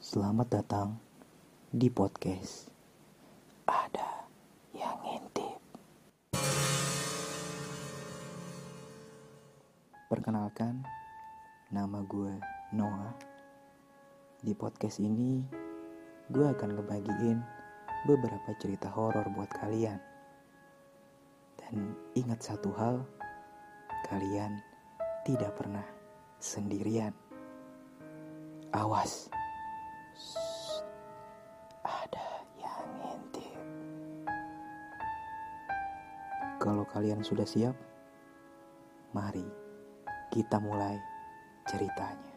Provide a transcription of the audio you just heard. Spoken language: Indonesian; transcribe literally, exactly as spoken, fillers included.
Selamat datang di podcast Ada Yang Ngintip. Perkenalkan, nama gue Noah. Di podcast ini, gue akan ngebagiin beberapa cerita horor buat kalian. Dan ingat satu hal, kalian tidak pernah sendirian. Awas, Shh, ada yang ngintip. Kalau kalian sudah siap, mari kita mulai ceritanya.